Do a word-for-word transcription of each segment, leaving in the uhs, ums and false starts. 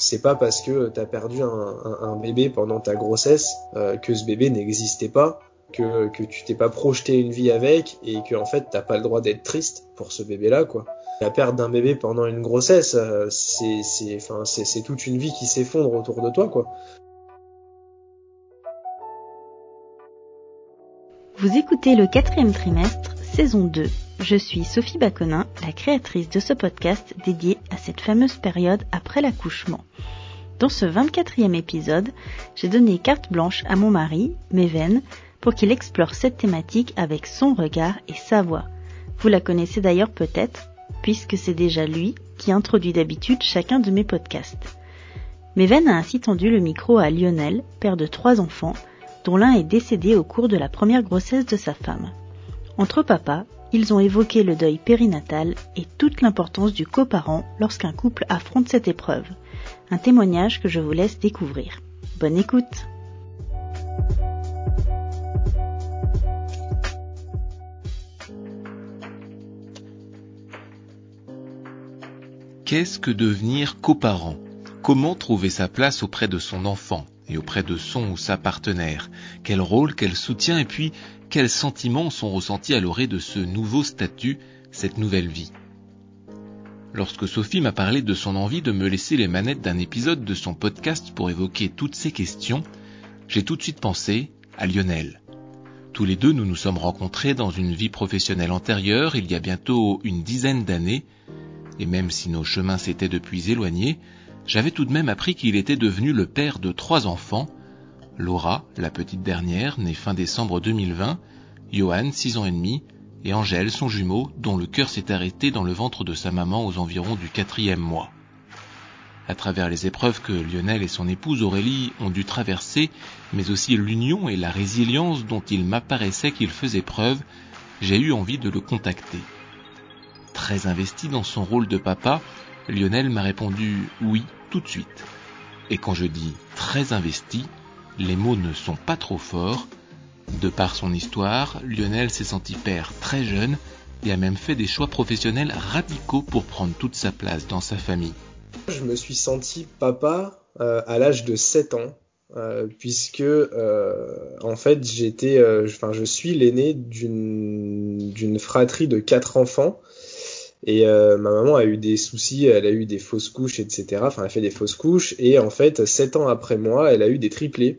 c'est pas parce que t'as perdu un, un, un bébé pendant ta grossesse euh, que ce bébé n'existait pas, que, que tu t'es pas projeté une vie avec et que en fait t'as pas le droit d'être triste pour ce bébé-là, quoi. La perte d'un bébé pendant une grossesse, euh, c'est, c'est, enfin, c'est, c'est toute une vie qui s'effondre autour de toi, quoi. Vous écoutez le quatrième trimestre, saison deux. Je suis Sophie Baconin, la créatrice de ce podcast dédié à cette fameuse période après l'accouchement. Dans ce vingt-quatrième épisode, j'ai donné carte blanche à mon mari, Méven, pour qu'il explore cette thématique avec son regard et sa voix. Vous la connaissez d'ailleurs peut-être, puisque c'est déjà lui qui introduit d'habitude chacun de mes podcasts. Méven a ainsi tendu le micro à Lionel, père de trois enfants, dont l'un est décédé au cours de la première grossesse de sa femme. Entre papas, ils ont évoqué le deuil périnatal et toute l'importance du coparent lorsqu'un couple affronte cette épreuve. Un témoignage que je vous laisse découvrir. Bonne écoute! Qu'est-ce que devenir coparent ? Comment trouver sa place auprès de son enfant et auprès de son ou sa partenaire ? Quel rôle, quel soutien et puis quels sentiments sont ressentis à l'orée de ce nouveau statut, cette nouvelle vie ? Lorsque Sophie m'a parlé de son envie de me laisser les manettes d'un épisode de son podcast pour évoquer toutes ces questions, j'ai tout de suite pensé à Lionel. Tous les deux, nous nous sommes rencontrés dans une vie professionnelle antérieure, il y a bientôt une dizaine d'années, et même si nos chemins s'étaient depuis éloignés, j'avais tout de même appris qu'il était devenu le père de trois enfants, Laura, la petite dernière, née fin décembre deux mille vingt, Johan, six ans et demi, et Angèle, son jumeau, dont le cœur s'est arrêté dans le ventre de sa maman aux environs du quatrième mois. À travers les épreuves que Lionel et son épouse Aurélie ont dû traverser, mais aussi l'union et la résilience dont il m'apparaissait qu'il faisait preuve, j'ai eu envie de le contacter. Très investi dans son rôle de papa, Lionel m'a répondu « oui » tout de suite. Et quand je dis « très investi », les mots ne sont pas trop forts. De par son histoire, Lionel s'est senti père très jeune et a même fait des choix professionnels radicaux pour prendre toute sa place dans sa famille. Je me suis senti papa euh, à l'âge de sept ans, euh, puisque euh, en fait j'étais, euh, enfin je suis l'aîné d'une d'une fratrie de quatre enfants. Et euh, ma maman a eu des soucis, elle a eu des fausses couches, et cetera. Enfin, elle a fait des fausses couches. Et en fait, sept ans après moi, elle a eu des triplés.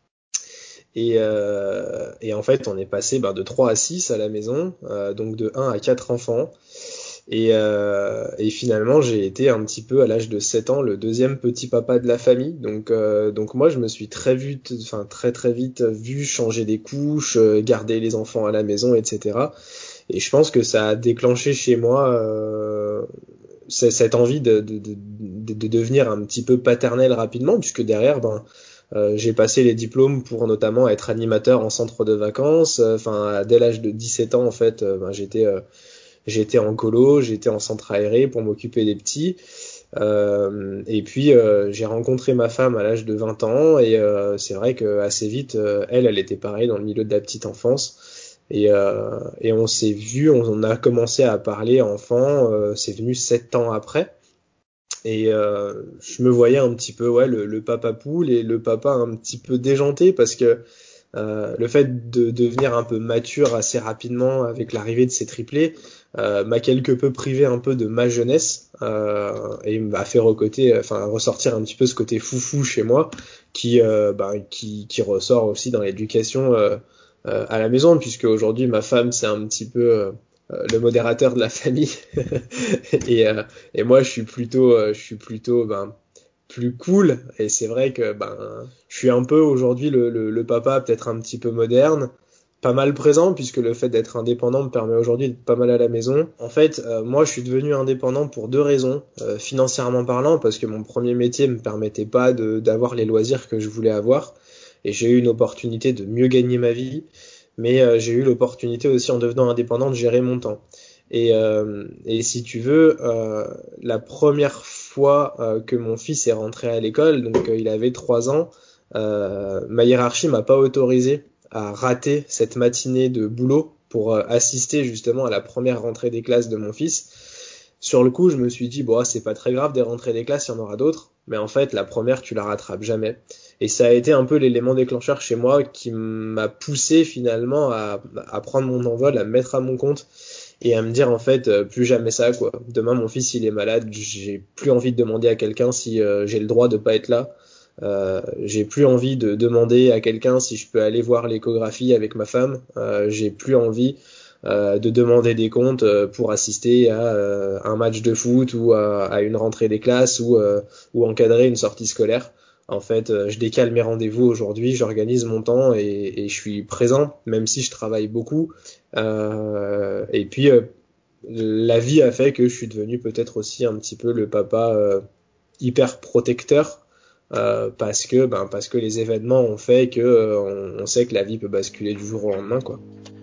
Et, euh, et en fait, on est passé ben, de trois à six à la maison, euh, donc de un à quatre enfants. Et, euh, et finalement, j'ai été un petit peu, à l'âge de sept ans, le deuxième petit papa de la famille. Donc, euh, donc moi, je me suis très vite, enfin très très vite vu changer des couches, euh, garder les enfants à la maison, et cetera. Et je pense que ça a déclenché chez moi euh, cette envie de, de, de, de devenir un petit peu paternel rapidement, puisque derrière, ben, euh, j'ai passé les diplômes pour notamment être animateur en centre de vacances. Enfin, dès l'âge de dix-sept ans, en fait, euh, ben, j'étais, euh, j'étais en colo, j'étais en centre aéré pour m'occuper des petits. Euh, et puis euh, j'ai rencontré ma femme à l'âge de vingt ans et euh, c'est vrai que assez vite, euh, elle, elle était pareil dans le milieu de la petite enfance. Et, euh, et on s'est vu, on, on a commencé à parler enfant, euh, c'est venu sept ans après. Et euh, je me voyais un petit peu, ouais, le, le papa poule et le papa un petit peu déjanté parce que euh, le fait de devenir un peu mature assez rapidement avec l'arrivée de ces triplés euh, m'a quelque peu privé un peu de ma jeunesse euh, et m'a fait recoter, enfin ressortir un petit peu ce côté foufou chez moi qui, euh, bah, qui, qui ressort aussi dans l'éducation. Euh, Euh, à la maison, puisque aujourd'hui ma femme c'est un petit peu euh, le modérateur de la famille et, euh, et moi je suis plutôt euh, je suis plutôt ben plus cool, et c'est vrai que ben je suis un peu aujourd'hui le, le, le papa peut-être un petit peu moderne, pas mal présent, puisque le fait d'être indépendant me permet aujourd'hui d'être pas mal à la maison. En fait, euh, moi je suis devenu indépendant pour deux raisons, euh, financièrement parlant, parce que mon premier métier me permettait pas de, d'avoir les loisirs que je voulais avoir. Et j'ai eu une opportunité de mieux gagner ma vie, mais euh, j'ai eu l'opportunité aussi en devenant indépendant de gérer mon temps. Et, euh, et si tu veux, euh, la première fois euh, que mon fils est rentré à l'école, donc euh, il avait trois ans, euh, ma hiérarchie m'a pas autorisé à rater cette matinée de boulot pour euh, assister justement à la première rentrée des classes de mon fils. Sur le coup, je me suis dit, bon, c'est pas très grave des rentrées des classes, il y en aura d'autres. mais en fait la première tu la rattrapes jamais. Et ça a été un peu l'élément déclencheur chez moi qui m'a poussé finalement à, à prendre mon envol, à me mettre à mon compte et à me dire en fait euh, plus jamais ça quoi. Demain mon fils il est malade, j'ai plus envie de demander à quelqu'un si euh, j'ai le droit de pas être là. Euh, j'ai plus envie de demander à quelqu'un si je peux aller voir l'échographie avec ma femme. Euh, j'ai plus envie euh, de demander des comptes euh, pour assister à euh, un match de foot ou à, à une rentrée des classes ou, euh, ou encadrer une sortie scolaire. En fait, euh, je décale mes rendez-vous aujourd'hui, j'organise mon temps et, et je suis présent, même si je travaille beaucoup. Euh, et puis, euh, la vie a fait que je suis devenu peut-être aussi un petit peu le papa euh, hyper protecteur. Euh, parce que ben parce que les événements ont fait que euh, on, on sait que la vie peut basculer du jour au lendemain quoi.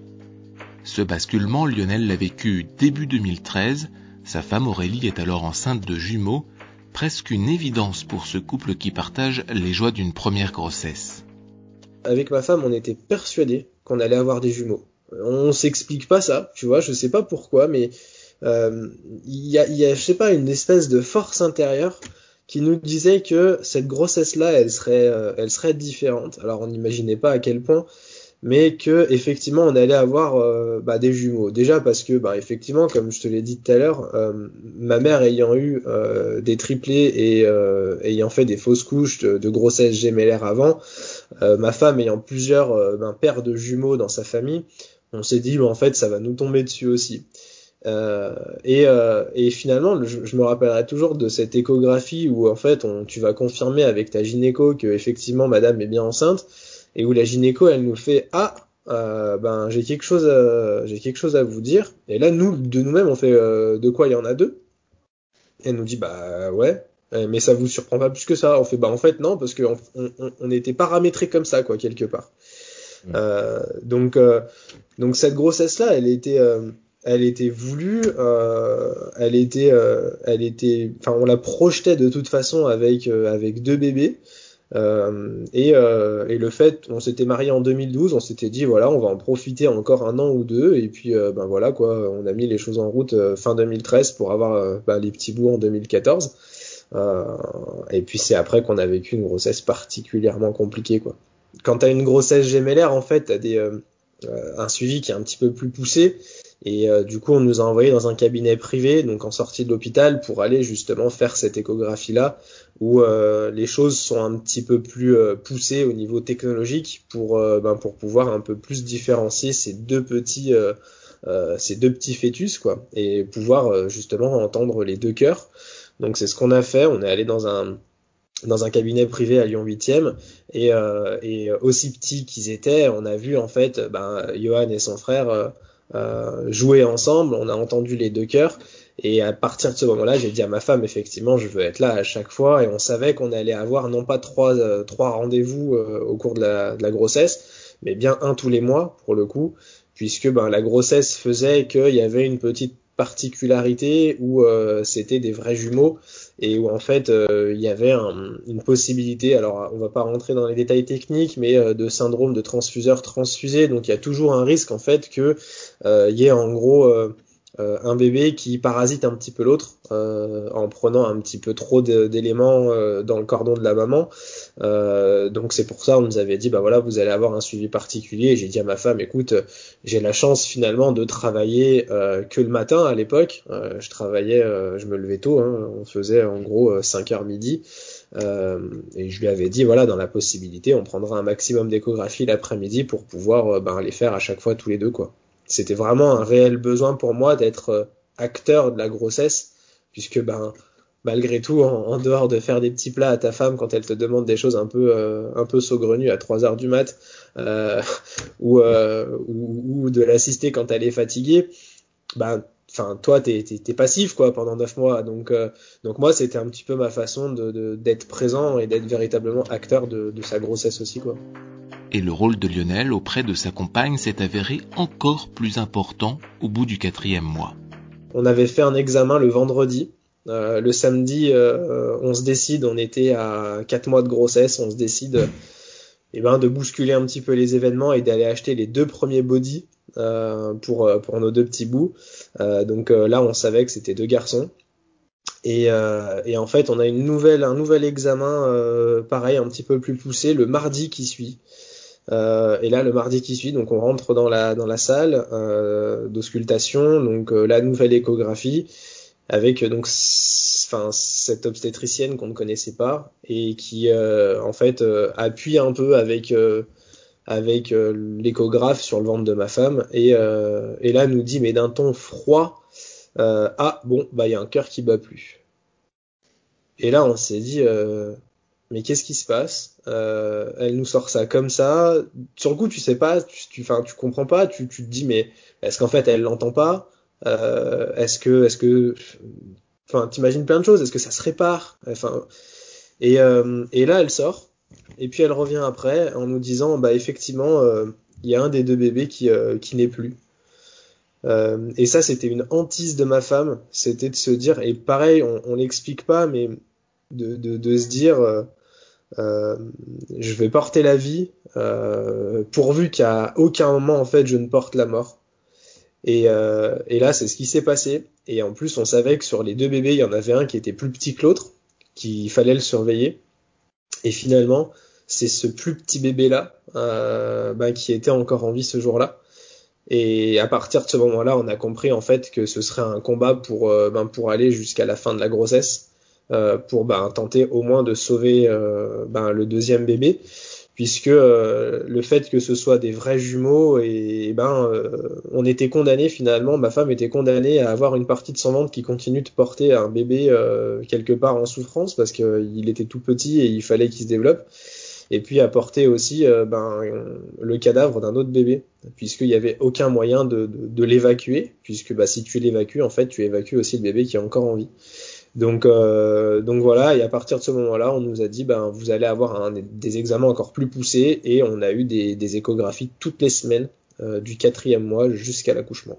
Ce basculement, Lionel l'a vécu début deux mille treize. Sa femme Aurélie est alors enceinte de jumeaux, presque une évidence pour ce couple qui partage les joies d'une première grossesse. Avec ma femme, on était persuadés qu'on allait avoir des jumeaux. On s'explique pas ça, tu vois, je sais pas pourquoi, mais euh, il y a, il y a, je sais pas, une espèce de force intérieure qui nous disait que cette grossesse-là, elle serait, euh, elle serait différente. Alors on n'imaginait pas à quel point, mais que effectivement on allait avoir euh, bah, des jumeaux. Déjà parce que bah effectivement, comme je te l'ai dit tout à l'heure, euh, ma mère ayant eu euh, des triplés et euh, ayant fait des fausses couches de, de grossesse gémellaire avant, euh, ma femme ayant plusieurs euh, ben, paires de jumeaux dans sa famille, on s'est dit bah, en fait ça va nous tomber dessus aussi. Euh, et, euh, et finalement, je, je me rappellerai toujours de cette échographie où en fait on, tu vas confirmer avec ta gynéco que effectivement madame est bien enceinte et où la gynéco elle nous fait ah euh, ben j'ai quelque chose à, j'ai quelque chose à vous dire et là nous de nous-mêmes on fait euh, de quoi il y en a deux et elle nous dit bah ouais euh, mais ça vous surprend pas plus que ça on fait bah en fait non parce que on, on, on était paramétré comme ça quoi quelque part. Mmh. Euh, donc euh, donc cette grossesse là elle était euh, elle était voulue, euh, elle était, euh, elle était, enfin on la projetait de toute façon avec euh, avec deux bébés. Euh, et, euh, et le fait, on s'était marié en deux mille douze, on s'était dit voilà, on va en profiter encore un an ou deux, et puis euh, ben voilà quoi, on a mis les choses en route euh, fin deux mille treize pour avoir euh, ben, les petits bouts en deux mille quatorze. Euh, et puis c'est après qu'on a vécu une grossesse particulièrement compliquée quoi. Quand t'as une grossesse gémellaire, en fait, t'as des euh, euh, un suivi qui est un petit peu plus poussé. Et euh, du coup, on nous a envoyé dans un cabinet privé, donc en sortie de l'hôpital, pour aller justement faire cette échographie-là, où euh, les choses sont un petit peu plus euh, poussées au niveau technologique pour euh, ben, pour pouvoir un peu plus différencier ces deux petits euh, euh, ces deux petits fœtus quoi, et pouvoir euh, justement entendre les deux cœurs. Donc c'est ce qu'on a fait. On est allé dans un dans un cabinet privé à Lyon huitième et, euh, et aussi petits qu'ils étaient, on a vu en fait ben, Johan et son frère euh, euh, jouer ensemble, on a entendu les deux chœurs et à partir de ce moment-là j'ai dit à ma femme effectivement je veux être là à chaque fois et on savait qu'on allait avoir non pas trois, euh, trois rendez-vous euh, au cours de la, de la grossesse mais bien un tous les mois pour le coup puisque ben, la grossesse faisait qu'il y avait une petite particularité où euh, c'était des vrais jumeaux et où en fait euh, il y avait un, une possibilité, alors on va pas rentrer dans les détails techniques, mais euh, de syndrome de transfuseur transfusé, donc il y a toujours un risque en fait que euh, y ait en gros euh, euh, un bébé qui parasite un petit peu l'autre euh, en prenant un petit peu trop de, d'éléments euh, dans le cordon de la maman. Euh, donc c'est pour ça on nous avait dit bah voilà vous allez avoir un suivi particulier. Et j'ai dit à ma femme écoute j'ai la chance finalement de travailler euh, que le matin à l'époque. Euh, je travaillais, euh, je me levais tôt, hein, on faisait en gros euh, cinq heures midi. Euh, et je lui avais dit voilà dans la possibilité on prendra un maximum d'échographies l'après-midi pour pouvoir euh, ben, les faire à chaque fois tous les deux quoi. C'était vraiment un réel besoin pour moi d'être euh, acteur de la grossesse puisque ben malgré tout, en, en dehors de faire des petits plats à ta femme quand elle te demande des choses un peu euh, un peu saugrenues à trois heures du mat, euh, ou, euh, ou ou de l'assister quand elle est fatiguée, ben enfin toi t'es, t'es t'es passif quoi pendant neuf mois. Donc euh, donc moi c'était un petit peu ma façon de, de d'être présent et d'être véritablement acteur de, de sa grossesse aussi quoi. Et le rôle de Lionel auprès de sa compagne s'est avéré encore plus important au bout du quatrième mois. On avait fait un examen le vendredi. Euh, le samedi, euh, on se décide, on était à quatre mois de grossesse, on se décide eh ben, de bousculer un petit peu les événements et d'aller acheter les deux premiers body euh, pour, pour nos deux petits bouts. Euh, donc euh, là, on savait que c'était deux garçons. Et, euh, et en fait, on a une nouvelle, un nouvel examen, euh, pareil, un petit peu plus poussé, le mardi qui suit. Euh, et là, le mardi qui suit, donc on rentre dans la dans la salle euh, d'auscultation, donc euh, la nouvelle échographie avec donc enfin cette obstétricienne qu'on ne connaissait pas et qui euh, en fait euh, appuie un peu avec euh, avec euh, l'échographe sur le ventre de ma femme et euh, et là nous dit mais d'un ton froid euh, ah bon bah il y a un cœur qui bat plus. Et là on s'est dit euh, mais qu'est-ce qui se passe? Euh, elle nous sort ça comme ça. Sur le coup, tu sais pas, tu, tu, enfin, tu comprends pas. Tu, tu te dis, mais est-ce qu'en fait, elle l'entend pas? Euh, est-ce que, est-ce que, enfin, t'imagines plein de choses. Est-ce que ça se répare? Enfin, et, euh, et là, elle sort. Et puis elle revient après en nous disant, bah effectivement, euh, il y a un des deux bébés qui, euh, qui n'est plus. Euh, et ça, c'était une hantise de ma femme. C'était de se dire, et pareil, on, on l'explique pas, mais de, de, de se dire. Euh, Euh, je vais porter la vie euh, pourvu qu'à aucun moment en fait je ne porte la mort. Et, euh, et là c'est ce qui s'est passé. Et en plus on savait que sur les deux bébés il y en avait un qui était plus petit que l'autre, qu'il fallait le surveiller. Et finalement c'est ce plus petit bébé là euh, bah, qui était encore en vie ce jour-là. Et à partir de ce moment-là, on a compris en fait que ce serait un combat pour euh, ben, pour aller jusqu'à la fin de la grossesse, euh, pour ben, tenter au moins de sauver euh, ben, le deuxième bébé, puisque euh, le fait que ce soit des vrais jumeaux et, et ben euh, on était condamné finalement, ma femme était condamnée à avoir une partie de son ventre qui continue de porter un bébé euh, quelque part en souffrance parce qu'il était tout petit et il fallait qu'il se développe et puis apporter aussi euh, ben, le cadavre d'un autre bébé, puisqu'il n'y avait aucun moyen de, de, de l'évacuer, puisque bah, si tu l'évacues, en fait, tu évacues aussi le bébé qui est encore en vie. Donc, euh, donc voilà, et à partir de ce moment-là, on nous a dit, ben, vous allez avoir un, des examens encore plus poussés, et on a eu des, des échographies toutes les semaines, euh, du quatrième mois jusqu'à l'accouchement.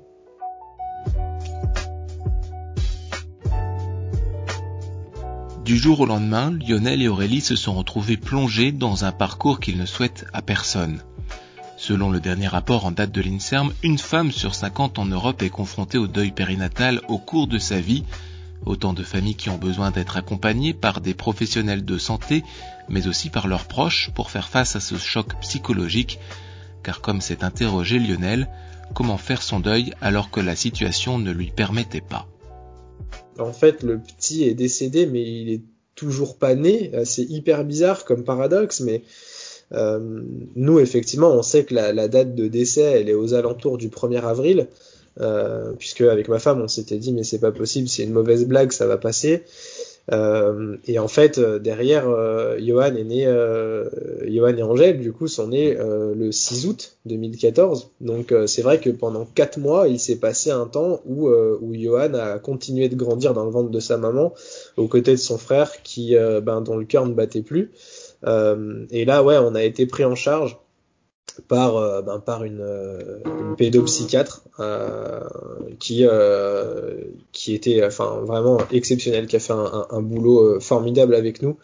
Du jour au lendemain, Lionel et Aurélie se sont retrouvés plongés dans un parcours qu'ils ne souhaitent à personne. Selon le dernier rapport en date de l'INSERM, une femme sur cinquante en Europe est confrontée au deuil périnatal au cours de sa vie. Autant de familles qui ont besoin d'être accompagnées par des professionnels de santé, mais aussi par leurs proches pour faire face à ce choc psychologique. Car comme s'est interrogé Lionel, comment faire son deuil alors que la situation ne lui permettait pas? En fait, le petit est décédé, mais il est toujours pas né. C'est hyper bizarre comme paradoxe, mais Euh, nous, effectivement, on sait que la, la date de décès, elle est aux alentours du premier avril, euh, puisque avec ma femme, on s'était dit mais c'est pas possible, c'est une mauvaise blague, ça va passer. Euh, et en fait, euh, derrière, euh, Johan est né, euh, Johan et Angèle, du coup, sont nés euh, le six août deux mille quatorze. Donc, euh, c'est vrai que pendant quatre mois, il s'est passé un temps où euh, où Johan a continué de grandir dans le ventre de sa maman, aux côtés de son frère, qui, euh, ben, dont le cœur ne battait plus. Euh, et là, ouais, on a été pris en charge par euh, ben, par une, euh, une pédopsychiatre euh, qui euh, qui était enfin vraiment exceptionnelle, qui a fait un, un, un boulot euh, formidable avec nous.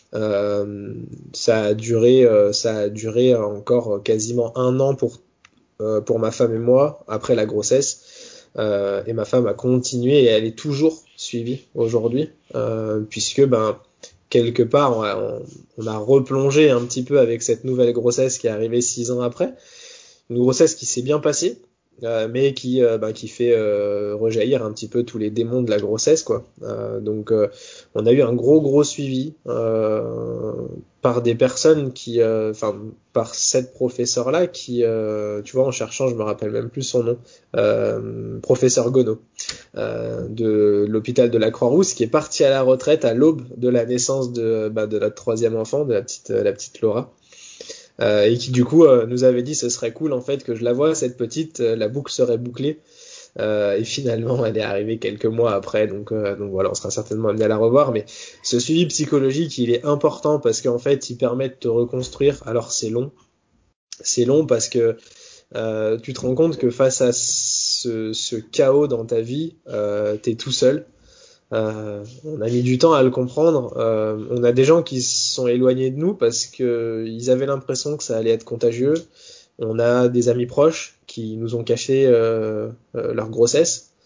Euh, ça a duré euh, ça a duré encore quasiment un an pour euh, pour ma femme et moi après la grossesse. Euh, et ma femme a continué et elle est toujours suivie aujourd'hui, euh, puisque ben quelque part, on a, on a replongé un petit peu avec cette nouvelle grossesse qui est arrivée six ans après. Une grossesse qui s'est bien passée, euh, mais qui, euh, bah, qui fait euh, rejaillir un petit peu tous les démons de la grossesse, quoi. Euh, donc, euh, on a eu un gros, gros suivi euh, par des personnes qui, enfin, euh, par cette professeure-là qui, euh, tu vois, en cherchant, je me rappelle même plus son nom, euh, professeur Gonod. Euh, de l'hôpital de la Croix-Rousse, qui est parti à la retraite à l'aube de la naissance de, bah, de notre troisième enfant, de la petite, la petite Laura, euh, et qui du coup euh, nous avait dit ce serait cool en fait que je la voie cette petite, euh, la boucle serait bouclée. Euh, et finalement, elle est arrivée quelques mois après, donc, euh, donc voilà, on sera certainement amené à la revoir. Mais ce suivi psychologique, il est important parce qu'en fait, il permet de te reconstruire. Alors c'est long, c'est long parce que euh, tu te rends compte que face à ce, ce chaos dans ta vie, euh, t'es tout seul. Euh, on a mis du temps à le comprendre. Euh, on a des gens qui se sont éloignés de nous parce que ils avaient l'impression que ça allait être contagieux. On a des amis proches qui nous ont caché euh, euh, leur grossesse.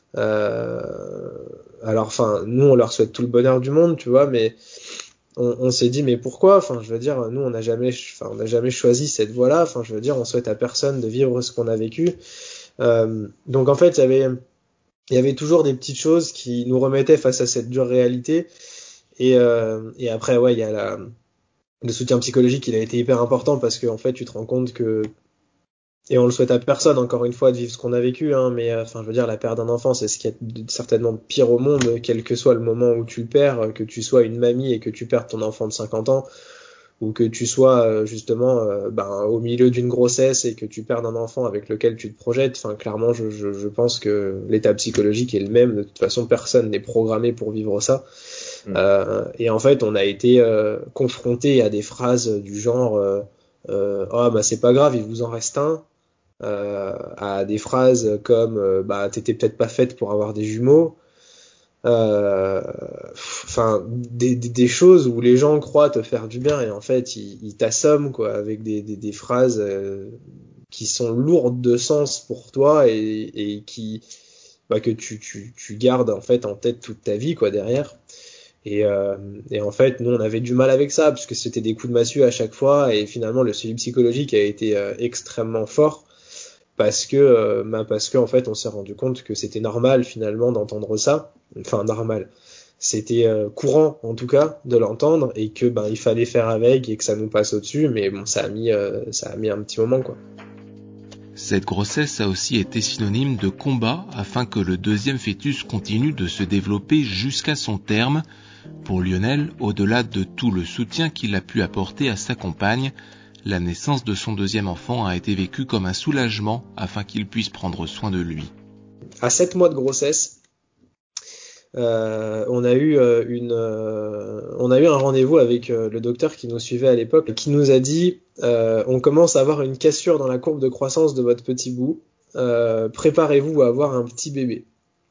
Euh, alors, enfin, nous, on leur souhaite tout le bonheur du monde, tu vois, mais on, on s'est dit, mais pourquoi? Enfin, je veux dire, nous, on n'a jamais, enfin, on n'a jamais choisi cette voie-là. Enfin, je veux dire, on souhaite à personne de vivre ce qu'on a vécu. Euh, donc, en fait, il y avait, il y avait toujours des petites choses qui nous remettaient face à cette dure réalité. Et, euh, et après, ouais, il y a la, le soutien psychologique, il a été hyper important parce que, en fait, tu te rends compte que, et on le souhaite à personne, encore une fois, de vivre ce qu'on a vécu, hein, mais euh, enfin, je veux dire, la perte d'un enfant, c'est ce qui est certainement de pire au monde, quel que soit le moment où tu le perds, que tu sois une mamie et que tu perds ton enfant de cinquante ans, ou que tu sois euh, justement euh, ben, au milieu d'une grossesse et que tu perds un enfant avec lequel tu te projettes. Enfin, clairement, je, je, je pense que l'état psychologique est le même. De toute façon, personne n'est programmé pour vivre ça. Mmh. Euh, et en fait, on a été euh, confronté à des phrases du genre euh, euh, « Ah, bah c'est pas grave, il vous en reste un ». Euh, à des phrases comme euh, bah t'étais peut-être pas faite pour avoir des jumeaux, enfin euh, des, des, des choses où les gens croient te faire du bien et en fait ils, ils t'assomment quoi avec des, des, des phrases euh, qui sont lourdes de sens pour toi et, et qui bah, que tu, tu, tu gardes en fait en tête toute ta vie quoi derrière. Et, euh, et en fait, nous, on avait du mal avec ça, parce que c'était des coups de massue à chaque fois, et finalement, le suivi psychologique a été euh, extrêmement fort, parce que, euh, bah, parce que en fait, on s'est rendu compte que c'était normal finalement d'entendre ça, enfin normal. C'était euh, courant en tout cas de l'entendre, et que ben il fallait faire avec et que ça nous passe au-dessus, mais bon, ça a mis, euh, ça a mis un petit moment quoi. Cette grossesse a aussi été synonyme de combat afin que le deuxième fœtus continue de se développer jusqu'à son terme. Pour Lionel, au-delà de tout le soutien qu'il a pu apporter à sa compagne, la naissance de son deuxième enfant a été vécue comme un soulagement afin qu'il puisse prendre soin de lui. À sept mois de grossesse, euh, on a eu euh, une, euh, on a eu un rendez-vous avec euh, le docteur qui nous suivait à l'époque, et qui nous a dit euh, on commence à avoir une cassure dans la courbe de croissance de votre petit bout. Euh, préparez-vous à avoir un petit bébé.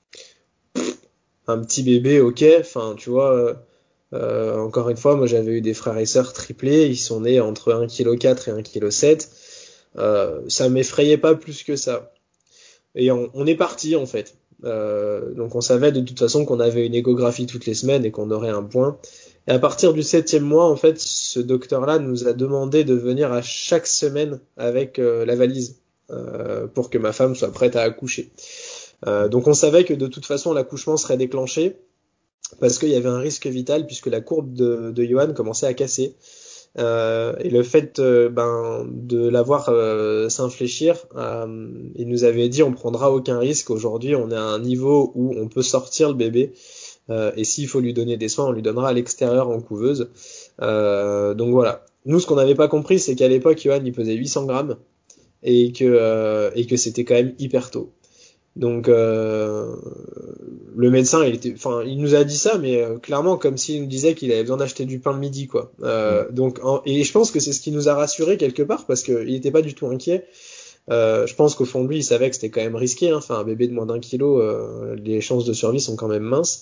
Un petit bébé, ok. Enfin, tu vois. Euh, Euh, encore une fois, moi j'avais eu des frères et sœurs triplés, ils sont nés entre un virgule quatre kilos et un virgule sept kilos. Euh, ça m'effrayait pas plus que ça. Et on, on est parti en fait. Euh, donc on savait de toute façon qu'on avait une échographie toutes les semaines et qu'on aurait un point. Et à partir du septième mois, en fait, ce docteur-là nous a demandé de venir à chaque semaine avec euh, la valise euh, pour que ma femme soit prête à accoucher. Euh, donc on savait que de toute façon l'accouchement serait déclenché, parce qu'il y avait un risque vital puisque la courbe de, de Johan commençait à casser. Euh, et le fait euh, ben, de l'avoir euh, s'infléchir, euh, il nous avait dit on prendra aucun risque. Aujourd'hui, on est à un niveau où on peut sortir le bébé. Euh, et s'il faut lui donner des soins, on lui donnera à l'extérieur en couveuse. Euh, donc voilà. Nous, ce qu'on n'avait pas compris, c'est qu'à l'époque, Johan, il pesait huit cents grammes et que, euh, et que c'était quand même hyper tôt. Donc euh, le médecin, il était, enfin, il nous a dit ça, mais euh, clairement comme s'il nous disait qu'il avait besoin d'acheter du pain le midi, quoi. Euh, mmh. Donc, en, et je pense que c'est ce qui nous a rassuré quelque part parce qu'il n'était pas du tout inquiet. Euh, je pense qu'au fond de lui, il savait que c'était quand même risqué. Hein. Enfin, un bébé de moins d'un kilo, euh, les chances de survie sont quand même minces.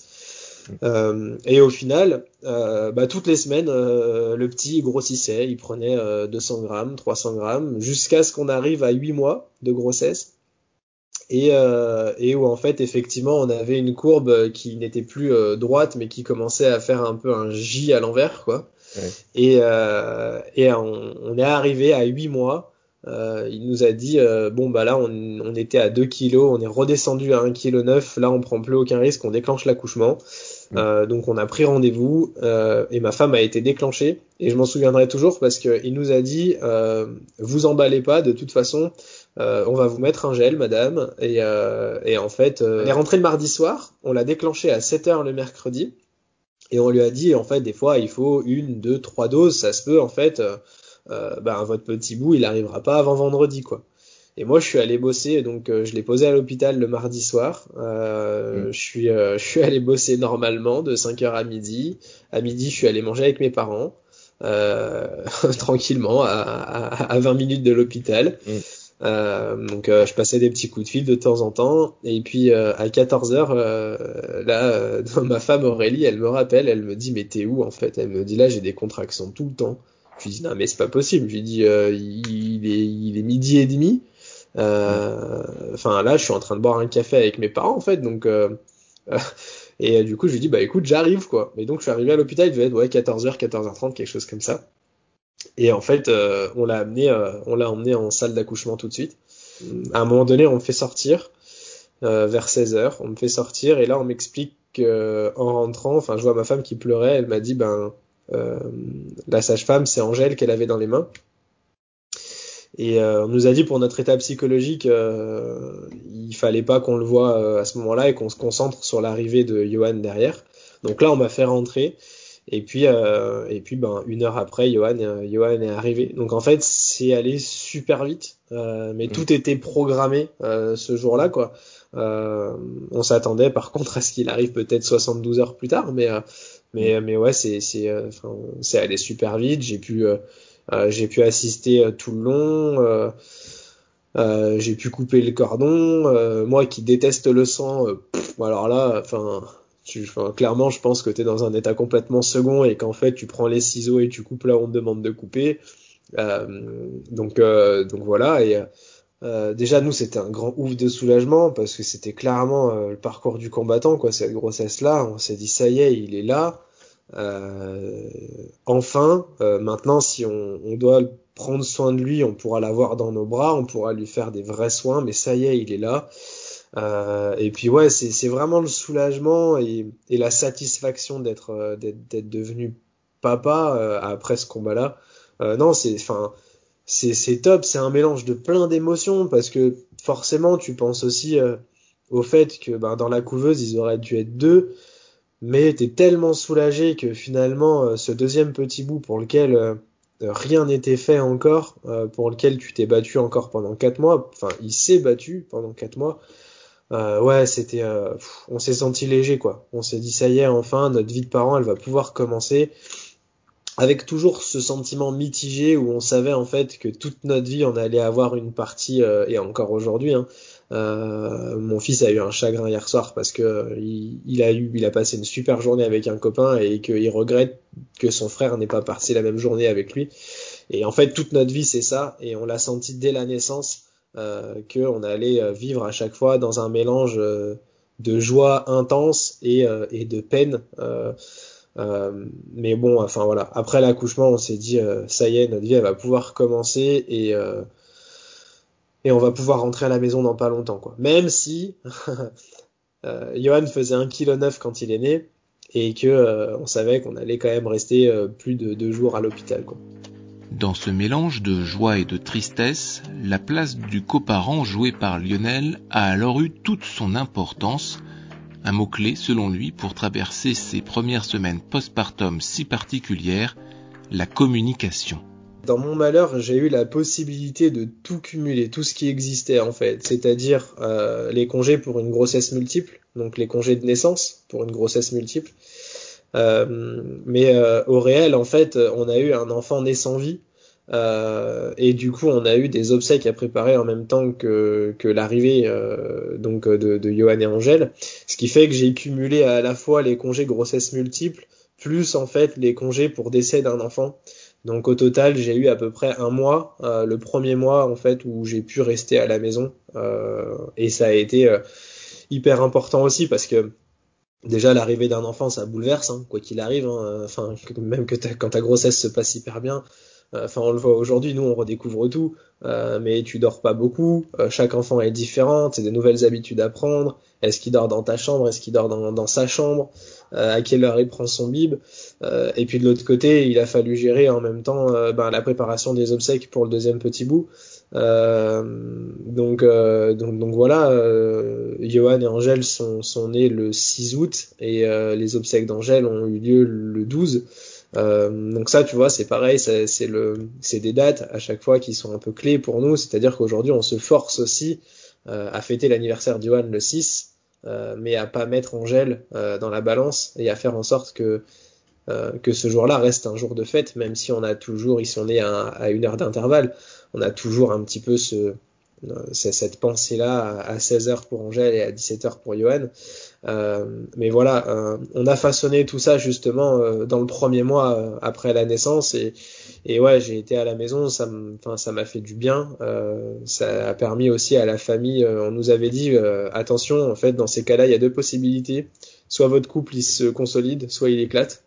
Euh, et au final, euh, bah, toutes les semaines, euh, le petit il grossissait, il prenait euh, deux cents grammes, trois cents grammes, jusqu'à ce qu'on arrive à huit mois de grossesse. Et, euh, et où en fait effectivement on avait une courbe qui n'était plus euh, droite mais qui commençait à faire un peu un J à l'envers quoi. Ouais. Et, euh, et on, on est arrivé à huit mois. Euh, il nous a dit euh, bon bah là on, on était à deux kilos, on est redescendu à un virgule neuf kilos, là on prend plus aucun risque, on déclenche l'accouchement. Mmh. Euh, donc on a pris rendez-vous euh, et ma femme a été déclenchée et je m'en souviendrai toujours parce que il nous a dit euh, vous emballez pas, de toute façon euh, on va vous mettre un gel madame et, euh, et en fait euh, elle est rentrée le mardi soir, on l'a déclenchée à sept heures le mercredi et on lui a dit en fait des fois il faut une, deux, trois doses, ça se peut en fait euh, euh, ben votre petit bout il arrivera pas avant vendredi quoi. Et moi, je suis allé bosser, donc euh, je l'ai posé à l'hôpital le mardi soir. Euh, mmh. Je suis, euh, je suis allé bosser normalement de cinq heures à midi. À midi, je suis allé manger avec mes parents, euh, tranquillement, à, à, à vingt minutes de l'hôpital. Mmh. Euh, donc, euh, je passais des petits coups de fil de temps en temps. Et puis, euh, à quatorze heures, euh, là, euh, ma femme Aurélie, elle me rappelle, elle me dit, mais t'es où en fait? Elle me dit, là, j'ai des contractions tout le temps. Je lui dis, non, mais c'est pas possible. Je lui dis, euh, il, il, est, il est midi et demi. Enfin, euh, là, je suis en train de boire un café avec mes parents, en fait, donc... Euh, euh, et euh, du coup, je lui dis, bah écoute, j'arrive, quoi. Et donc, je suis arrivé à l'hôpital, il devait être, ouais, quatorze heures, quatorze heures trente, quelque chose comme ça. Et en fait, euh, on l'a amené, euh, on l'a emmené en salle d'accouchement tout de suite. À un moment donné, on me fait sortir, euh, vers seize heures, on me fait sortir, et là, on m'explique qu'en rentrant, enfin, je vois ma femme qui pleurait, elle m'a dit, ben, euh, la sage-femme, c'est Angèle qu'elle avait dans les mains. Et euh, on nous a dit pour notre état psychologique, euh, il fallait pas qu'on le voie euh, à ce moment-là et qu'on se concentre sur l'arrivée de Johan derrière. Donc là, on m'a fait rentrer. Et puis, euh, et puis, ben une heure après, Johan, euh, Johan est arrivé. Donc en fait, c'est allé super vite, euh, mais mmh. tout était programmé euh, ce jour-là, quoi. Euh, on s'attendait, par contre, à ce qu'il arrive peut-être soixante-douze heures plus tard, mais, euh, mais, mais ouais, c'est, c'est, euh, c'est allé super vite. J'ai pu euh, Euh, j'ai pu assister euh, tout le long, euh, euh, j'ai pu couper le cordon. Euh, moi qui déteste le sang, euh, pff, alors là, enfin, clairement, je pense que t'es dans un état complètement second et qu'en fait, tu prends les ciseaux et tu coupes là où on te demande de couper. Euh, donc, euh, donc voilà. Et euh, déjà, nous, c'était un grand ouf de soulagement parce que c'était clairement euh, le parcours du combattant, quoi. Cette grossesse-là, on s'est dit ça y est, il est là. Euh, enfin, euh, maintenant, si on, on doit prendre soin de lui, on pourra l'avoir dans nos bras, on pourra lui faire des vrais soins, mais ça y est, il est là. Euh, et puis ouais, c'est, c'est vraiment le soulagement et, et la satisfaction d'être, euh, d'être, d'être devenu papa euh, après ce combat-là. Euh, non, c'est, enfin, c'est, c'est top. C'est un mélange de plein d'émotions parce que forcément, tu penses aussi euh, au fait que ben, dans la couveuse, ils auraient dû être deux. Mais t'es tellement soulagé que finalement, euh, ce deuxième petit bout pour lequel euh, rien n'était fait encore, euh, pour lequel tu t'es battu encore pendant quatre mois, enfin, il s'est battu pendant quatre mois, euh, ouais, c'était... Euh, pff, on s'est senti léger, quoi. On s'est dit, ça y est, enfin, notre vie de parent, elle va pouvoir commencer, avec toujours ce sentiment mitigé où on savait, en fait, que toute notre vie, on allait avoir une partie, euh, et encore aujourd'hui, hein, Euh, mon fils a eu un chagrin hier soir parce que il, il a eu, il a passé une super journée avec un copain et qu'il regrette que son frère n'ait pas passé la même journée avec lui. Et en fait, toute notre vie, c'est ça, et on l'a senti dès la naissance euh, qu'on allait vivre à chaque fois dans un mélange euh, de joie intense et, euh, et de peine. Euh, euh, mais bon, enfin voilà. Après l'accouchement, on s'est dit, euh, ça y est, notre vie, elle va pouvoir commencer et euh, et on va pouvoir rentrer à la maison dans pas longtemps, quoi. Même si euh, Johan faisait un virgule neuf kilos quand il est né et que euh, on savait qu'on allait quand même rester euh, plus de deux jours à l'hôpital, quoi. Dans ce mélange de joie et de tristesse, la place du coparent joué par Lionel a alors eu toute son importance, un mot-clé selon lui pour traverser ces premières semaines postpartum si particulières, la communication. Dans mon malheur, j'ai eu la possibilité de tout cumuler, tout ce qui existait en fait, c'est-à-dire euh, les congés pour une grossesse multiple, donc les congés de naissance pour une grossesse multiple. Euh, mais euh, au réel, en fait, on a eu un enfant né sans vie, euh, et du coup, on a eu des obsèques à préparer en même temps que, que l'arrivée euh, donc de, de Johan et Angèle, ce qui fait que j'ai cumulé à la fois les congés grossesse multiple plus en fait les congés pour décès d'un enfant. Donc au total, j'ai eu à peu près un mois, euh, le premier mois en fait où j'ai pu rester à la maison, euh, et ça a été euh, hyper important aussi parce que déjà l'arrivée d'un enfant, ça bouleverse, hein, quoi qu'il arrive. Hein, enfin, même que ta, quand ta grossesse se passe hyper bien. Enfin, on le voit aujourd'hui, nous on redécouvre tout, euh, mais tu dors pas beaucoup. Euh, chaque enfant est différent, c'est des nouvelles habitudes à prendre. Est-ce qu'il dort dans ta chambre? Est-ce qu'il dort dans, dans sa chambre? Euh, à quelle heure il prend son bib? Euh, et puis de l'autre côté, il a fallu gérer en même temps euh, ben, la préparation des obsèques pour le deuxième petit bout. Euh, donc, euh, donc, donc voilà, euh, Johan et Angèle sont, sont nés le six août et euh, les obsèques d'Angèle ont eu lieu le douze. Euh, donc ça, tu vois, c'est pareil, c'est, c'est, le, c'est des dates à chaque fois qui sont un peu clés pour nous, c'est-à-dire qu'aujourd'hui on se force aussi euh, à fêter l'anniversaire de Johan le six, euh, mais à pas mettre Angèle euh, dans la balance et à faire en sorte que Euh, que ce jour-là reste un jour de fête, même si on a toujours, ils sont nés à, à une heure d'intervalle, on a toujours un petit peu ce, c'est cette pensée-là à seize heures pour Angèle et à dix-sept heures pour Johan. Euh, mais voilà, euh, on a façonné tout ça justement euh, dans le premier mois euh, après la naissance et, et ouais, j'ai été à la maison, ça enfin ça m'a fait du bien. Euh, ça a permis aussi à la famille. Euh, on nous avait dit euh, attention, en fait, dans ces cas-là, il y a deux possibilités. Soit votre couple il se consolide, soit il éclate.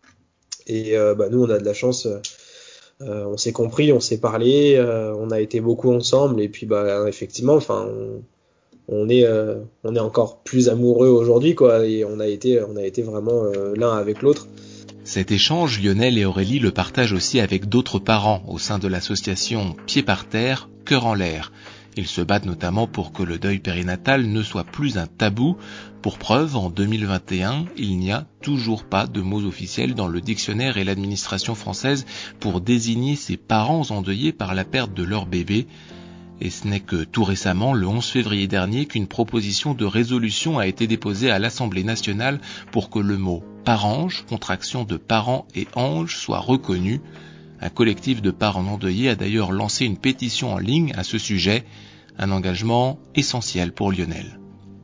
Et euh, bah nous, on a de la chance. Euh, euh, on s'est compris, on s'est parlé, euh, on a été beaucoup ensemble et puis bah effectivement, enfin. On, on est euh, on est encore plus amoureux aujourd'hui quoi et on a été on a été vraiment euh, l'un avec l'autre. Cet échange, Lionel et Aurélie le partagent aussi avec d'autres parents au sein de l'association Pieds par terre, cœur en l'air. Ils se battent notamment pour que le deuil périnatal ne soit plus un tabou. Pour preuve, en deux mille vingt et un, il n'y a toujours pas de mots officiels dans le dictionnaire et l'administration française pour désigner ces parents endeuillés par la perte de leur bébé. Et ce n'est que tout récemment, le onze février dernier, qu'une proposition de résolution a été déposée à l'Assemblée nationale pour que le mot « parange », contraction de parents et ange, soit reconnu. Un collectif de parents endeuillés a d'ailleurs lancé une pétition en ligne à ce sujet, un engagement essentiel pour Lionel.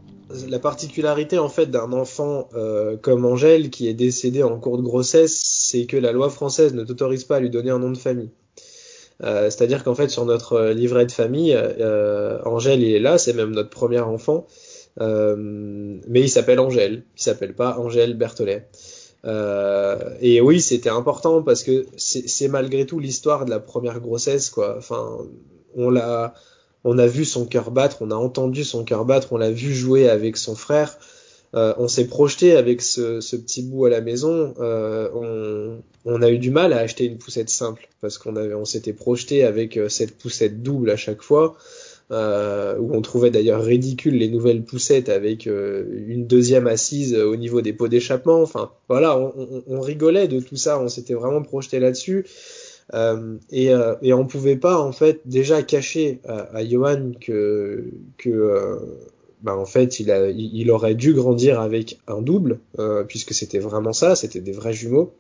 La particularité en fait d'un enfant euh, comme Angèle qui est décédé en cours de grossesse, c'est que la loi française ne t'autorise pas à lui donner un nom de famille. Euh, c'est-à-dire qu'en fait sur notre livret de famille, euh, Angèle il est là, c'est même notre premier enfant, euh, mais il s'appelle Angèle, il s'appelle pas Angèle Berthollet. Euh, et oui, c'était important parce que c'est, c'est malgré tout l'histoire de la première grossesse, quoi. Enfin, on l'a, on a vu son cœur battre, on a entendu son cœur battre, on l'a vu jouer avec son frère. Euh, on s'est projeté avec ce, ce petit bout à la maison. Euh, on, on a eu du mal à acheter une poussette simple parce qu'on avait, on s'était projeté avec cette poussette double à chaque fois. Euh, où on trouvait d'ailleurs ridicule les nouvelles poussettes avec euh, une deuxième assise au niveau des pots d'échappement. Enfin, voilà, on, on, on rigolait de tout ça, on s'était vraiment projeté là-dessus. Euh, et, euh, et on pouvait pas en fait déjà cacher à, à Johan que que euh, bah en fait il a il, il aurait dû grandir avec un double euh, puisque c'était vraiment ça, c'était des vrais jumeaux.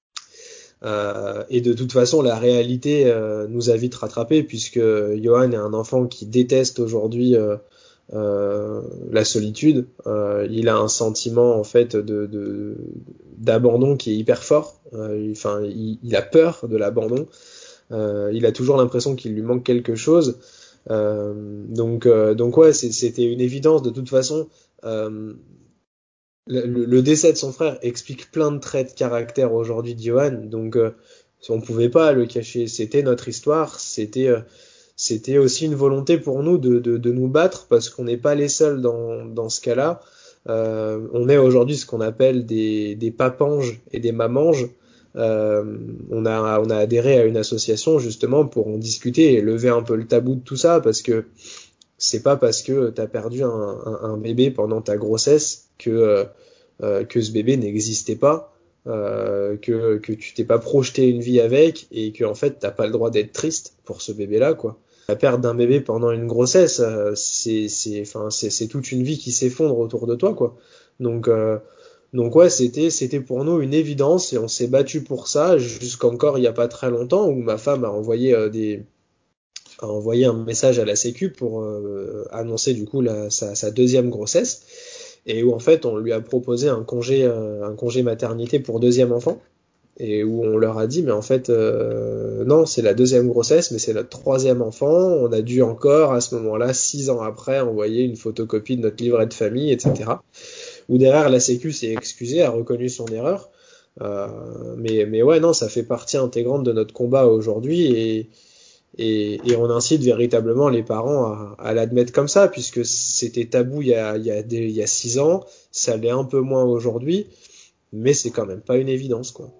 Euh, et de toute façon, la réalité euh, nous a vite rattrapés puisque Johan est un enfant qui déteste aujourd'hui euh, euh, la solitude. Euh, il a un sentiment en fait de, de d'abandon qui est hyper fort. Euh, enfin, il, il a peur de l'abandon. Euh, il a toujours l'impression qu'il lui manque quelque chose. Euh, donc, euh, donc ouais, c'est, c'était une évidence de toute façon. Euh, le, le décès de son frère explique plein de traits de caractère aujourd'hui de Johan, donc euh, on pouvait pas le cacher. C'était notre histoire, c'était euh, c'était aussi une volonté pour nous de, de, de nous battre parce qu'on n'est pas les seuls dans, dans ce cas-là. Euh, on est aujourd'hui ce qu'on appelle des, des papanges et des mamanges. Euh, on a on a adhéré à une association justement pour en discuter et lever un peu le tabou de tout ça parce que c'est pas parce que t'as perdu un, un, un bébé pendant ta grossesse que euh, que ce bébé n'existait pas, euh, que que tu t'es pas projeté une vie avec et que en fait t'as pas le droit d'être triste pour ce bébé-là quoi. La perte d'un bébé pendant une grossesse, euh, c'est c'est enfin c'est c'est toute une vie qui s'effondre autour de toi quoi. Donc euh, donc ouais, c'était c'était pour nous une évidence et on s'est battu pour ça jusqu'encore il y a pas très longtemps où ma femme a envoyé euh, des a envoyé un message à la Sécu pour euh, annoncer du coup la, sa, sa deuxième grossesse et où en fait on lui a proposé un congé euh, un congé maternité pour deuxième enfant et où on leur a dit mais en fait euh, non c'est la deuxième grossesse mais c'est notre troisième enfant, on a dû encore à ce moment-là six ans après envoyer une photocopie de notre livret de famille etc. Où derrière la Sécu s'est excusée, a reconnu son erreur euh, mais mais ouais non ça fait partie intégrante de notre combat aujourd'hui et Et, et on incite véritablement les parents à, à l'admettre comme ça, puisque c'était tabou il y a, il y a, des, il y a six ans, ça l'est un peu moins aujourd'hui, mais c'est quand même pas une évidence, quoi.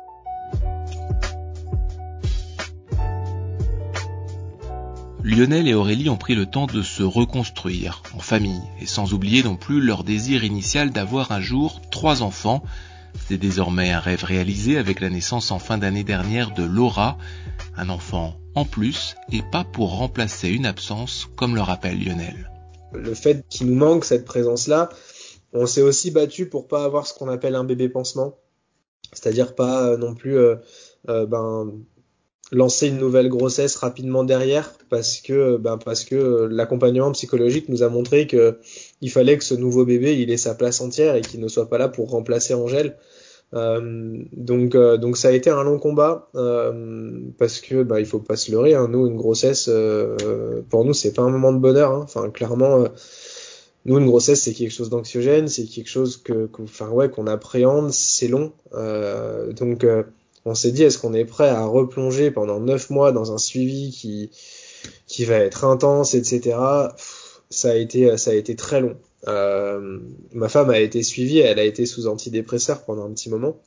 Lionel et Aurélie ont pris le temps de se reconstruire en famille, et sans oublier non plus leur désir initial d'avoir un jour trois enfants. C'est désormais un rêve réalisé avec la naissance en fin d'année dernière de Laura, un enfant en plus et pas pour remplacer une absence comme le rappelle Lionel. Le fait qu'il nous manque cette présence-là, on s'est aussi battu pour pas avoir ce qu'on appelle un bébé pansement, c'est-à-dire pas euh, non plus euh, euh, ben lancer une nouvelle grossesse rapidement derrière parce que ben parce que l'accompagnement psychologique nous a montré que il fallait que ce nouveau bébé il ait sa place entière et qu'il ne soit pas là pour remplacer Angèle. Euh, donc euh, donc ça a été un long combat euh, parce que bah il faut pas se leurrer, hein, nous une grossesse euh, pour nous c'est pas un moment de bonheur, hein. Enfin clairement euh, nous une grossesse c'est quelque chose d'anxiogène, c'est quelque chose que enfin ouais qu'on appréhende, c'est long euh, donc euh, on s'est dit, est-ce qu'on est prêt à replonger pendant neuf mois dans un suivi qui qui va être intense, et cetera. Pff, ça a été ça a été très long. Euh, ma femme a été suivie, elle a été sous antidépresseur pendant un petit moment.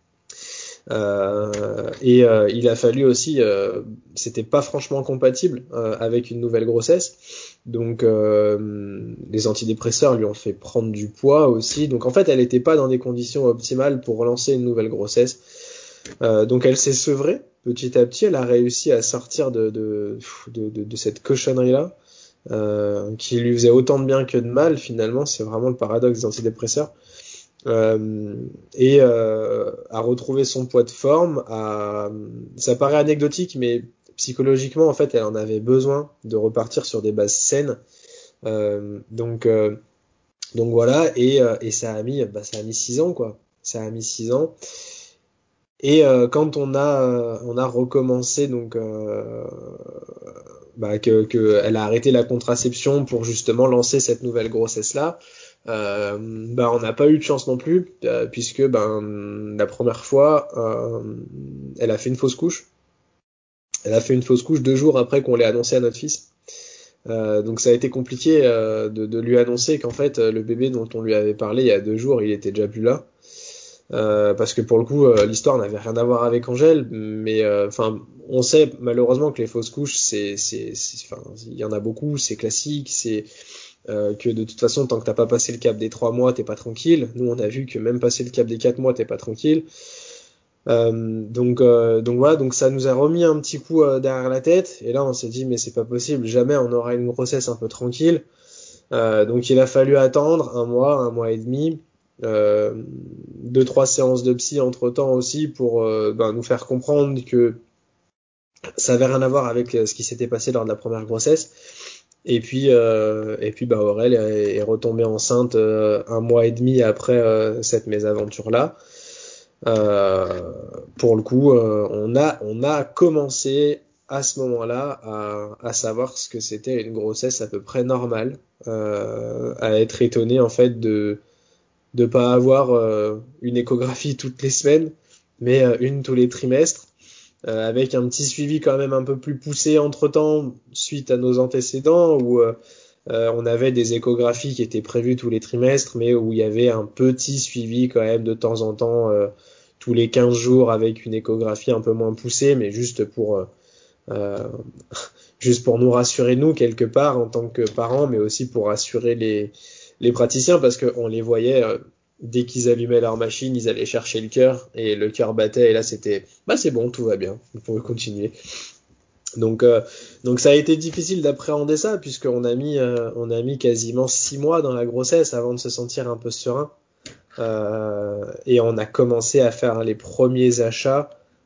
Euh, et euh, il a fallu aussi, euh, c'était pas franchement compatible euh, avec une nouvelle grossesse. Donc euh, les antidépresseurs lui ont fait prendre du poids aussi. Donc en fait, elle était pas dans des conditions optimales pour lancer une nouvelle grossesse. Euh, donc elle s'est sevrée petit à petit, elle a réussi à sortir de, de, de, de, de cette cochonnerie-là, euh, qui lui faisait autant de bien que de mal finalement, c'est vraiment le paradoxe des antidépresseurs, euh, et euh, à retrouver son poids de forme, à... ça paraît anecdotique, mais psychologiquement en fait elle en avait besoin de repartir sur des bases saines, euh, donc, euh, donc voilà, et, euh, et ça a mis, bah, ça a mis six ans quoi, ça a mis six ans. Et euh, quand on a euh, on a recommencé donc euh, bah, que, que elle a arrêté la contraception pour justement lancer cette nouvelle grossesse là, euh, bah on n'a pas eu de chance non plus euh, puisque ben la première fois euh, elle a fait une fausse couche. Elle a fait une fausse couche deux jours après qu'on l'ait annoncé à notre fils. Euh, donc ça a été compliqué euh, de, de lui annoncer qu'en fait le bébé dont on lui avait parlé il y a deux jours il était déjà plus là. Euh, parce que pour le coup, euh, l'histoire n'avait rien à voir avec Angèle, mais enfin, euh, on sait malheureusement que les fausses couches, c'est, c'est, enfin, il y en a beaucoup, c'est classique, c'est euh, que de toute façon, tant que t'as pas passé le cap des trois mois, t'es pas tranquille. Nous, on a vu que même passer le cap des quatre mois, t'es pas tranquille. Euh, donc, euh, donc voilà, donc ça nous a remis un petit coup euh, derrière la tête, et là, on s'est dit, mais c'est pas possible, jamais on aura une grossesse un peu tranquille. Euh, donc, il a fallu attendre un mois, un mois et demi. Euh, deux trois séances de psy entre temps aussi pour euh, ben, nous faire comprendre que ça avait rien à voir avec euh, ce qui s'était passé lors de la première grossesse, et puis euh, et puis bah Aurèle est, est retombée enceinte euh, un mois et demi après euh, cette mésaventure là. Euh, pour le coup euh, on a on a commencé à ce moment-là à, à savoir ce que c'était une grossesse à peu près normale, euh, à être étonné en fait de de pas avoir euh, une échographie toutes les semaines, mais euh, une tous les trimestres, euh, avec un petit suivi quand même un peu plus poussé entre-temps, suite à nos antécédents, où euh, euh, on avait des échographies qui étaient prévues tous les trimestres, mais où il y avait un petit suivi quand même de temps en temps, euh, tous les quinze jours, avec une échographie un peu moins poussée, mais juste pour... Euh, euh, juste pour nous rassurer nous quelque part en tant que parents, mais aussi pour rassurer les les praticiens parce qu'on les voyait euh, dès qu'ils allumaient leur machine, ils allaient chercher le cœur et le cœur battait et là c'était bah c'est bon, tout va bien, vous pouvez continuer. Donc euh, donc ça a été difficile d'appréhender ça puisqu'on a mis euh, on a mis quasiment six mois dans la grossesse avant de se sentir un peu serein. Euh, et on a commencé à faire les premiers achats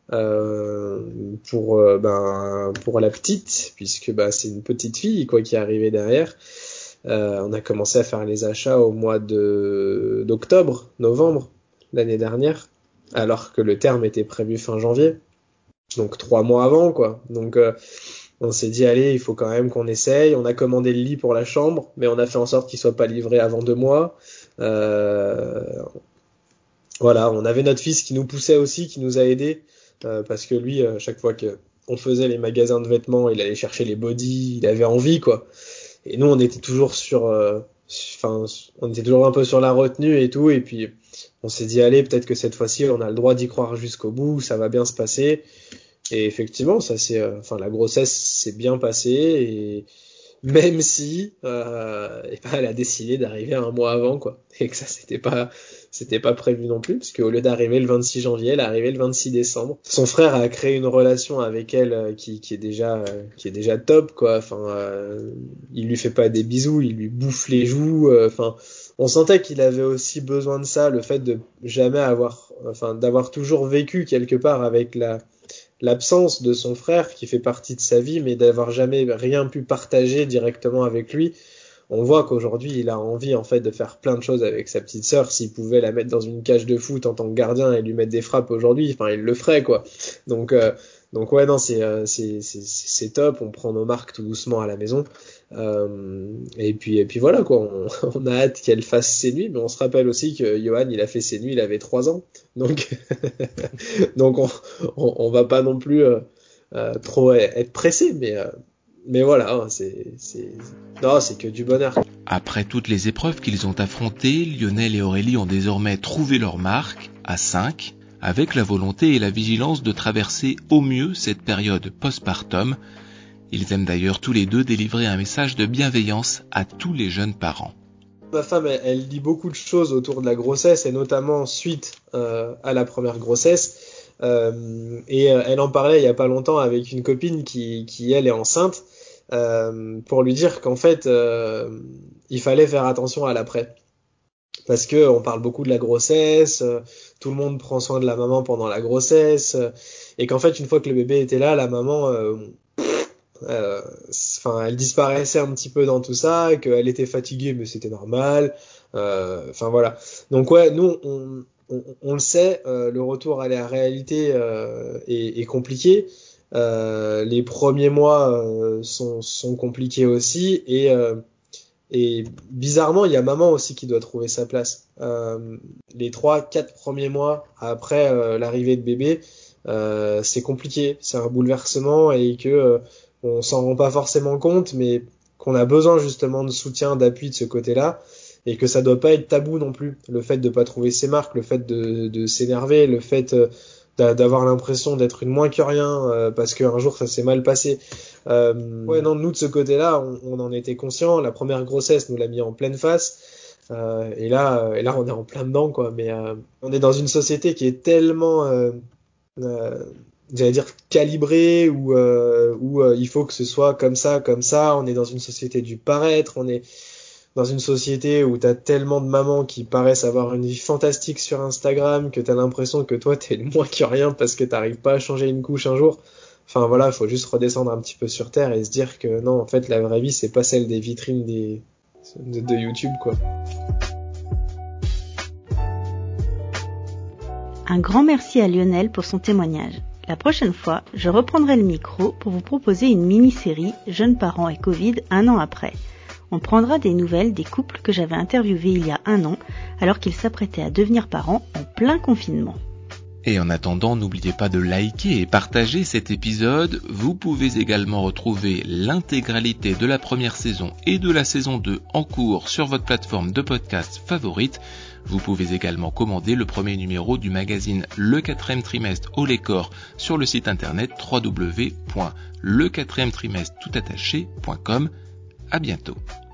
euh, pour euh, ben pour la petite puisque bah c'est une petite fille quoi qui est arrivée derrière. Euh, on a commencé à faire les achats au mois de d'octobre, novembre l'année dernière, alors que le terme était prévu fin janvier, donc trois mois avant quoi. Donc euh, on s'est dit allez, il faut quand même qu'on essaye. On a commandé le lit pour la chambre, mais on a fait en sorte qu'il soit pas livré avant deux mois. Euh, voilà, on avait notre fils qui nous poussait aussi, qui nous a aidés, euh, parce que lui, à chaque fois que on faisait les magasins de vêtements, il allait chercher les bodys, il avait envie quoi. Et nous, on était toujours sur, euh, enfin, on était toujours un peu sur la retenue et tout. Et puis, on s'est dit, allez, peut-être que cette fois-ci, on a le droit d'y croire jusqu'au bout, ça va bien se passer. Et effectivement, ça c'est, euh, enfin, la grossesse s'est bien passée. Et même si, euh, et ben, elle a décidé d'arriver un mois avant, quoi. Et que ça, c'était pas, c'était pas prévu non plus, parce qu'au lieu d'arriver le vingt-six janvier, elle est arrivée le vingt-six décembre. Son frère a créé une relation avec elle euh, qui, qui est déjà, euh, qui est déjà top, quoi. Enfin, euh, il lui fait pas des bisous, il lui bouffe les joues. euh, Enfin, on sentait qu'il avait aussi besoin de ça, le fait de jamais avoir, enfin, d'avoir toujours vécu quelque part avec la, l'absence de son frère qui fait partie de sa vie, mais d'avoir jamais rien pu partager directement avec lui. On voit qu'aujourd'hui, il a envie en fait de faire plein de choses avec sa petite sœur. S'il pouvait la mettre dans une cage de foot en tant que gardien et lui mettre des frappes aujourd'hui, enfin, il le ferait, quoi. Donc, euh, donc ouais, non, c'est, euh, c'est, c'est, c'est top. On prend nos marques tout doucement à la maison. Euh, et puis, et puis voilà, quoi. On, on a hâte qu'elle fasse ses nuits, mais on se rappelle aussi que Johan, il a fait ses nuits, il avait trois ans. Donc, donc on, on, on va pas non plus euh, euh, trop être pressé, mais. Euh, Mais voilà, c'est, c'est, non, c'est que du bonheur. Après toutes les épreuves qu'ils ont affrontées, Lionel et Aurélie ont désormais trouvé leur marque, à cinq, avec la volonté et la vigilance de traverser au mieux cette période postpartum. Ils aiment d'ailleurs tous les deux délivrer un message de bienveillance à tous les jeunes parents. Ma femme, elle, elle dit beaucoup de choses autour de la grossesse, et notamment suite euh, à la première grossesse. Euh, et euh, elle en parlait il y a pas longtemps avec une copine qui, qui elle, est enceinte. Euh, pour lui dire qu'en fait euh, il fallait faire attention à l'après, parce que on parle beaucoup de la grossesse, euh, tout le monde prend soin de la maman pendant la grossesse, euh, et qu'en fait une fois que le bébé était là, la maman euh, euh, enfin elle disparaissait un petit peu dans tout ça, qu'elle était fatiguée mais c'était normal, enfin euh, voilà. Donc ouais, nous on, on, on le sait, euh, le retour à la réalité euh, est, est compliqué. Euh, les premiers mois euh, sont, sont compliqués aussi, et, euh, et bizarrement il y a maman aussi qui doit trouver sa place. Euh, les trois quatre premiers mois après euh, l'arrivée de bébé, euh, c'est compliqué, c'est un bouleversement, et que euh, on s'en rend pas forcément compte, mais qu'on a besoin justement de soutien, d'appui de ce côté-là, et que ça doit pas être tabou non plus, le fait de pas trouver ses marques, le fait de, de s'énerver, le fait euh, d'avoir l'impression d'être une moins que rien euh, parce qu'un jour ça s'est mal passé. Euh, ouais, non, nous de ce côté-là, on, on en était conscients. La première grossesse nous l'a mis en pleine face, euh, et là, et là, on est en plein dedans, quoi. Mais euh, on est dans une société qui est tellement, euh, euh, j'allais dire calibrée, où euh, où euh, il faut que ce soit comme ça, comme ça. On est dans une société du paraître. On est dans une société où t'as tellement de mamans qui paraissent avoir une vie fantastique sur Instagram, que t'as l'impression que toi t'es le moins que rien parce que t'arrives pas à changer une couche un jour. Enfin voilà, faut juste redescendre un petit peu sur terre et se dire que non, en fait la vraie vie c'est pas celle des vitrines des de, de YouTube, quoi. Un grand merci à Lionel pour son témoignage. La prochaine fois, je reprendrai le micro pour vous proposer une mini-série Jeunes parents et Covid un an après. On prendra des nouvelles des couples que j'avais interviewés il y a un an, alors qu'ils s'apprêtaient à devenir parents en plein confinement. Et en attendant, n'oubliez pas de liker et partager cet épisode. Vous pouvez également retrouver l'intégralité de la première saison et de la saison deux en cours sur votre plateforme de podcast favorite. Vous pouvez également commander le premier numéro du magazine Le quatrième trimestre Haut les Corps sur le site internet w w w point le quatrième trimestre tout attaché point com. À bientôt.